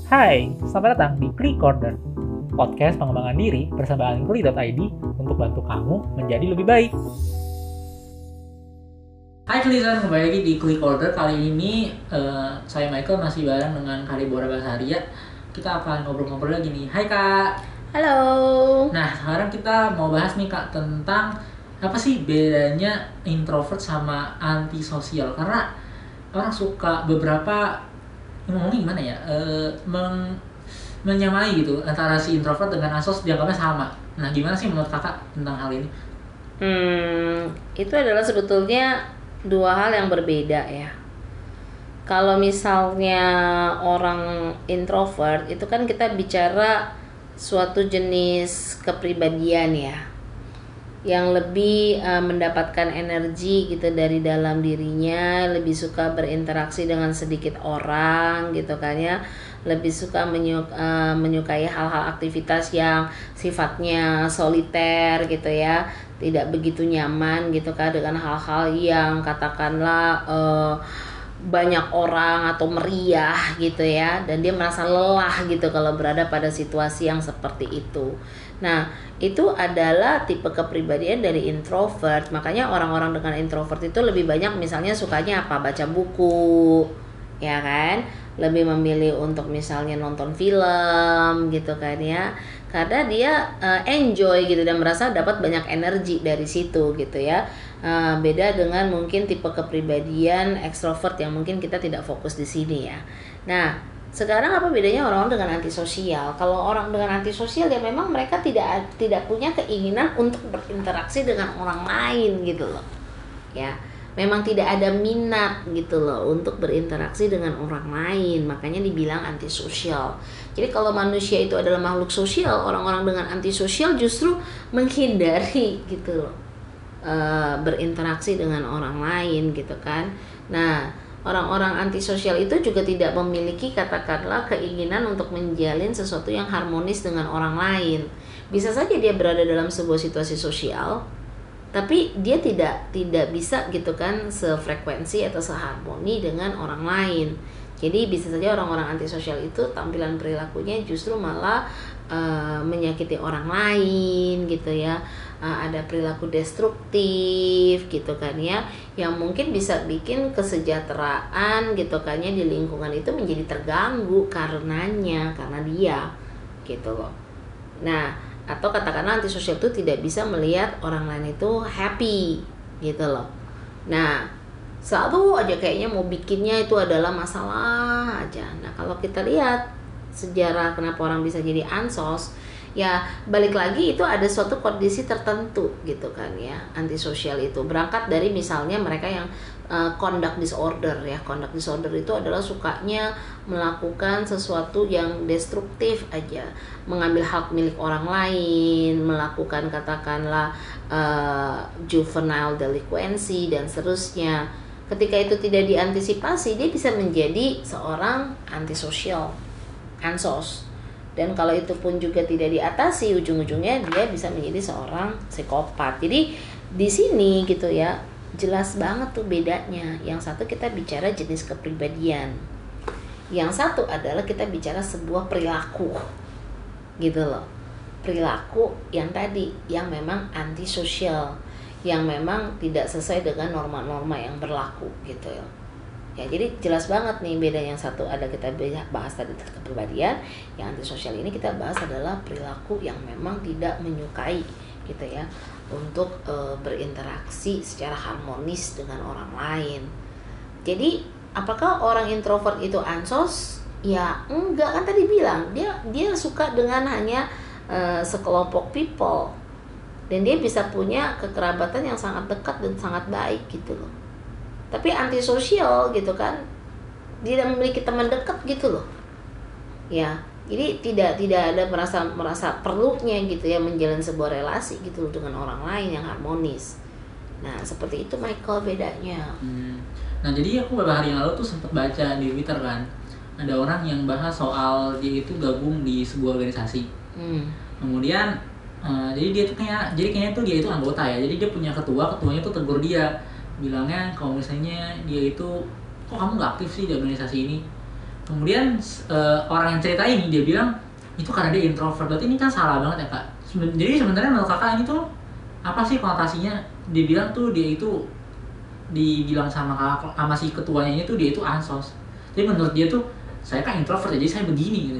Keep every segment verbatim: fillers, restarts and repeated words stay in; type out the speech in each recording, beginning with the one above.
Hai, selamat datang di Klik Corner, podcast pengembangan diri bersama Ankli dot I D untuk bantu kamu menjadi lebih baik. Hai Klisan, kembali lagi di Klik Corner. Kali ini uh, saya Michael masih bareng dengan Karibora Basaria. Kita akan ngobrol-ngobrol lagi nih. Hai Kak. Halo. Nah, sekarang kita mau bahas nih Kak tentang apa sih bedanya introvert sama antisosial. Karena orang suka beberapa ngomongnya gimana ya, uh, meng, menyamai gitu antara si introvert dengan ansos dianggapnya sama. Nah, gimana sih menurut kakak tentang hal ini? Hmm, itu adalah sebetulnya dua hal yang berbeda ya. Kalau misalnya orang introvert itu kan kita bicara suatu jenis kepribadian ya, yang lebih uh, mendapatkan energi gitu dari dalam dirinya, lebih suka berinteraksi dengan sedikit orang gitu kan ya, lebih suka menyuk, uh, menyukai hal-hal aktivitas yang sifatnya soliter gitu ya, tidak begitu nyaman gitu kan dengan hal-hal yang katakanlah uh, banyak orang atau meriah gitu ya, dan dia merasa lelah gitu kalau berada pada situasi yang seperti itu. Nah, itu adalah tipe kepribadian dari introvert. Makanya orang-orang dengan introvert itu lebih banyak misalnya sukanya apa? Baca buku, ya kan? Lebih memilih untuk misalnya nonton film gitu kan ya. Karena dia uh, enjoy gitu dan merasa dapat banyak energi dari situ gitu ya. Uh, beda dengan mungkin tipe kepribadian ekstrovert yang mungkin kita tidak fokus di sini ya. Nah, sekarang apa bedanya orang-orang dengan antisosial? Kalau orang dengan antisosial ya memang mereka tidak tidak punya keinginan untuk berinteraksi dengan orang lain gitu loh. Ya, memang tidak ada minat gitu loh untuk berinteraksi dengan orang lain. Makanya dibilang antisosial. Jadi kalau manusia itu adalah makhluk sosial, orang-orang dengan antisosial justru menghindari gitu loh. Uh, berinteraksi dengan orang lain gitu kan. Nah, orang-orang antisosial itu juga tidak memiliki katakanlah keinginan untuk menjalin sesuatu yang harmonis dengan orang lain. Bisa saja dia berada dalam sebuah situasi sosial, tapi dia tidak tidak bisa gitu kan sefrekuensi atau seharmoni dengan orang lain. Jadi bisa saja orang-orang antisosial itu tampilan perilakunya justru malah uh, menyakiti orang lain gitu ya. Uh, ada perilaku destruktif gitu kan ya, yang mungkin bisa bikin kesejahteraan gitu kan ya di lingkungan itu menjadi terganggu karenanya, karena dia gitu loh. Nah, atau katakanlah antisosial itu tidak bisa melihat orang lain itu happy gitu loh. Nah, selalu aja kayaknya mau bikinnya itu adalah masalah aja. Nah, kalau kita lihat sejarah kenapa orang bisa jadi ansos, ya balik lagi itu ada suatu kondisi tertentu gitu kan ya. Antisosial itu berangkat dari misalnya mereka yang uh, conduct disorder ya. Conduct disorder itu adalah sukanya melakukan sesuatu yang destruktif aja, mengambil hak milik orang lain, melakukan katakanlah uh, juvenile delinquency dan seterusnya. Ketika itu tidak diantisipasi, dia bisa menjadi seorang antisosial, ansos. Dan kalau itu pun juga tidak diatasi, ujung-ujungnya dia bisa menjadi seorang psikopat. Jadi di sini gitu ya, jelas banget tuh bedanya. Yang satu kita bicara jenis kepribadian, yang satu adalah kita bicara sebuah perilaku gitu loh. Perilaku yang tadi, yang memang antisosial, yang memang tidak sesuai dengan norma-norma yang berlaku gitu ya. Ya, jadi jelas banget nih beda. Yang satu ada kita bahas tadi kepribadian, yang antisosial ini kita bahas adalah perilaku yang memang tidak menyukai gitu ya untuk e, berinteraksi secara harmonis dengan orang lain. Jadi apakah orang introvert itu ansos? Ya enggak, kan tadi bilang dia dia suka dengan hanya e, sekelompok people, dan dia bisa punya kekerabatan yang sangat dekat dan sangat baik gitu loh. Tapi antisosial gitu kan, dia tidak memiliki teman dekat gitu loh ya. Jadi tidak tidak ada merasa merasa perlunya gitu ya menjalin sebuah relasi gitu loh dengan orang lain yang harmonis. Nah seperti itu Michael bedanya. hmm. Nah jadi aku beberapa hari yang lalu tuh sempat baca di Twitter kan, ada orang yang bahas soal dia itu gabung di sebuah organisasi. hmm. Kemudian uh, jadi dia tuh kayak jadi kayaknya tuh dia itu anggota ya, jadi dia punya ketua, ketuanya tuh tegur dia, bilangnya kalau misalnya dia itu, kok kamu nggak aktif sih di organisasi ini. Kemudian uh, orang yang cerita ini dia bilang itu karena dia introvert. Berarti ini kan salah banget ya kak. Jadi sebenarnya menurut kakak ini tuh apa sih konotasinya? Dia bilang tuh dia itu dibilang sama kakak, sama si ketuanya ini tuh dia itu ansos. Jadi menurut dia tuh saya kan introvert jadi saya begini gitu.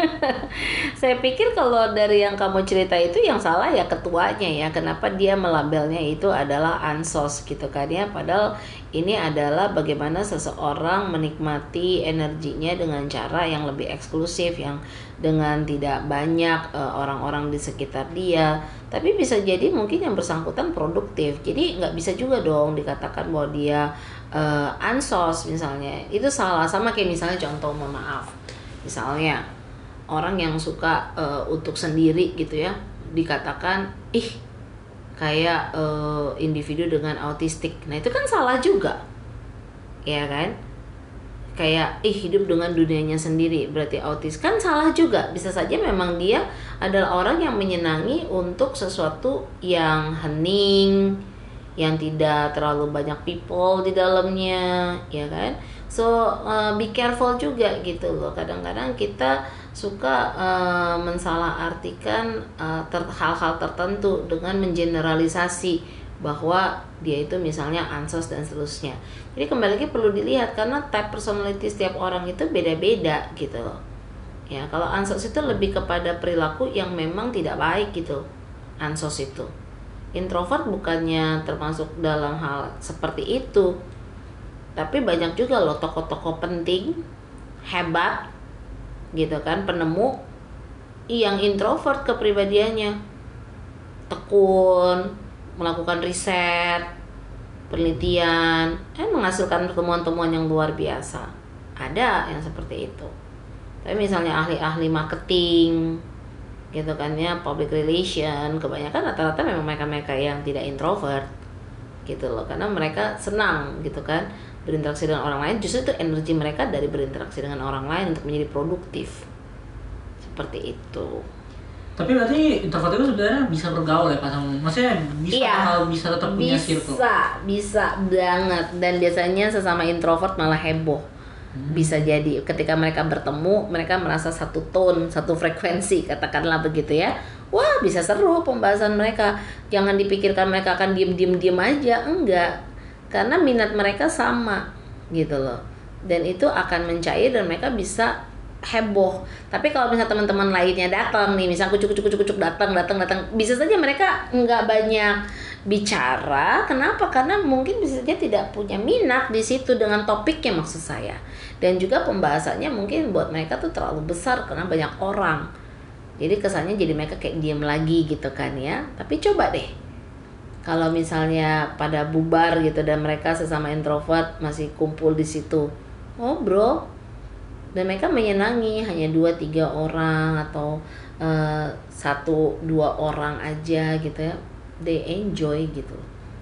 Saya pikir kalau dari yang kamu cerita itu yang salah ya ketuanya ya. Kenapa dia melabelnya itu adalah ansos gitu kan ya. Padahal ini adalah bagaimana seseorang menikmati energinya dengan cara yang lebih eksklusif, yang dengan tidak banyak uh, orang-orang di sekitar dia. Tapi bisa jadi mungkin yang bersangkutan produktif. Jadi nggak bisa juga dong dikatakan bahwa dia uh, ansos misalnya. Itu salah. Sama kayak misalnya contoh, mohon maaf, misalnya orang yang suka uh, untuk sendiri gitu ya, dikatakan ih kayak uh, individu dengan autistik. Nah itu kan salah juga, ya kan? Kayak ih hidup dengan dunianya sendiri berarti autis, kan salah juga. Bisa saja memang dia adalah orang yang menyenangi untuk sesuatu yang hening, yang tidak terlalu banyak people di dalamnya, ya kan? So uh, be careful juga gitu loh. Kadang-kadang kita suka uh, mensalahartikan uh, ter- hal-hal tertentu dengan mengeneralisasi bahwa dia itu misalnya ansos dan seterusnya. Jadi kembali lagi perlu dilihat karena type personality setiap orang itu beda-beda gitu loh. Ya, kalau ansos itu lebih kepada perilaku yang memang tidak baik gitu. Ansos itu. Introvert bukannya termasuk dalam hal seperti itu. Tapi banyak juga loh tokoh-tokoh penting, hebat gitu kan, penemu yang introvert kepribadiannya, tekun, melakukan riset, penelitian, eh menghasilkan temuan-temuan yang luar biasa. Ada yang seperti itu. Tapi misalnya ahli-ahli marketing gitu kan ya, public relation, kebanyakan rata-rata memang mereka-mereka yang tidak introvert gitu loh, karena mereka senang gitu kan berinteraksi dengan orang lain. Justru itu energi mereka dari berinteraksi dengan orang lain untuk menjadi produktif seperti itu. Tapi berarti introvert itu sebenarnya bisa bergaul ya Pak sama, maksudnya bisa iya, bakal bisa tetap punya circle. Bisa, bisa banget. Dan biasanya sesama introvert malah heboh. Hmm. Bisa jadi ketika mereka bertemu, mereka merasa satu tone, satu frekuensi, katakanlah begitu ya. Wah, bisa seru pembahasan mereka. Jangan dipikirkan mereka akan diem-diem-diem aja, enggak. Karena minat mereka sama gitu loh. Dan itu akan mencair dan mereka bisa heboh. Tapi kalau misalnya teman-teman lainnya datang nih, misalnya kucuk-kucuk-kucuk datang, datang, datang, bisa saja mereka nggak banyak bicara. Kenapa? Karena mungkin bisa saja tidak punya minat di situ dengan topiknya, maksud saya. Dan juga pembahasannya mungkin buat mereka tuh terlalu besar karena banyak orang. Jadi kesannya jadi mereka kayak diam lagi gitu kan ya. Tapi coba deh, kalau misalnya pada bubar gitu dan mereka sesama introvert masih kumpul di situ, ngobrol, dan mereka menyenangi hanya dua tiga orang atau uh, satu dua orang aja gitu ya, they enjoy gitu,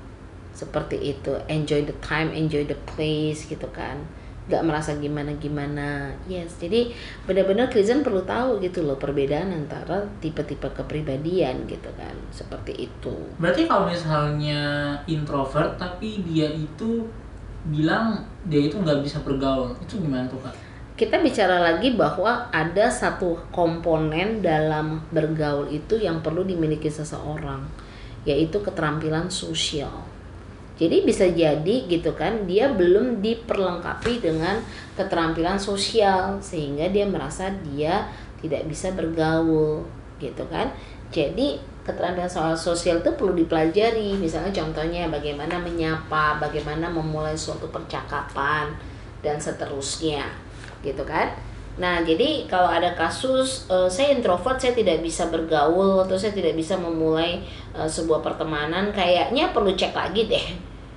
seperti itu, enjoy the time, enjoy the place gitu kan, nggak merasa gimana gimana. Yes, jadi benar-benar kalian perlu tahu gitu loh perbedaan antara tipe-tipe kepribadian gitu kan, seperti itu. Berarti kalau misalnya introvert tapi dia itu bilang dia itu nggak bisa bergaul, itu gimana tuh Kak? Kita bicara lagi bahwa ada satu komponen dalam bergaul itu yang perlu dimiliki seseorang, yaitu keterampilan sosial. Jadi bisa jadi gitu kan, dia belum diperlengkapi dengan keterampilan sosial sehingga dia merasa dia tidak bisa bergaul gitu kan. Jadi keterampilan soal sosial itu perlu dipelajari. Misalnya contohnya bagaimana menyapa, bagaimana memulai suatu percakapan dan seterusnya gitu kan. Nah, jadi kalau ada kasus uh, saya introvert, saya tidak bisa bergaul atau saya tidak bisa memulai uh, sebuah pertemanan, kayaknya perlu cek lagi deh.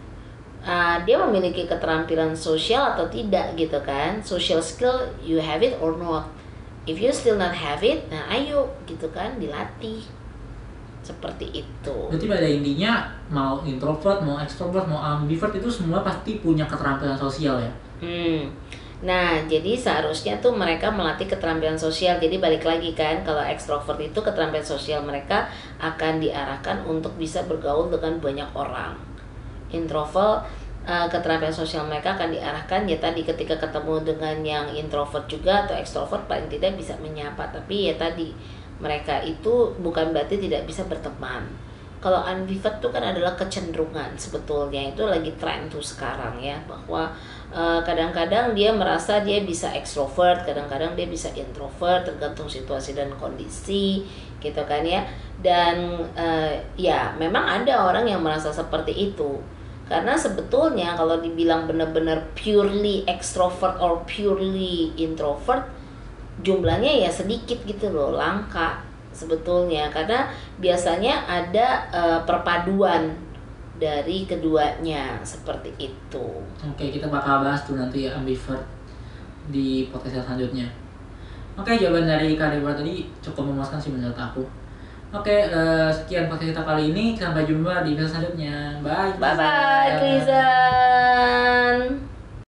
Uh, dia memiliki keterampilan sosial atau tidak gitu kan. Social skill you have it or not. If you still not have it, nah ayo gitu kan dilatih. Seperti itu. Berarti pada intinya mau introvert, mau extrovert, mau ambivert itu semua pasti punya keterampilan sosial ya. Hmm. Nah, jadi seharusnya tuh mereka melatih keterampilan sosial. Jadi balik lagi kan, kalau ekstrovert itu keterampilan sosial mereka akan diarahkan untuk bisa bergaul dengan banyak orang. Introvert uh, keterampilan sosial mereka akan diarahkan ya tadi ketika ketemu dengan yang introvert juga atau extrovert paling tidak bisa menyapa, tapi ya tadi mereka itu bukan berarti tidak bisa berteman. Kalau ambivert itu kan adalah kecenderungan, sebetulnya itu lagi tren tuh sekarang ya, bahwa uh, kadang-kadang dia merasa dia bisa extrovert, kadang-kadang dia bisa introvert, tergantung situasi dan kondisi gitu kan ya. Dan uh, ya memang ada orang yang merasa seperti itu, karena sebetulnya kalau dibilang benar-benar purely extrovert or purely introvert, jumlahnya ya sedikit gitu loh, langka sebetulnya, karena biasanya ada uh, perpaduan dari keduanya seperti itu. Oke, kita bakal bahas tuh nanti ya ambivert di podcast selanjutnya. Oke, jawaban dari Kak Deborah tadi cukup memuaskan sih menurut aku. Oke, uh, sekian podcast kita kali ini. Sampai jumpa di episode selanjutnya. Bye. Bye bye, Klizan.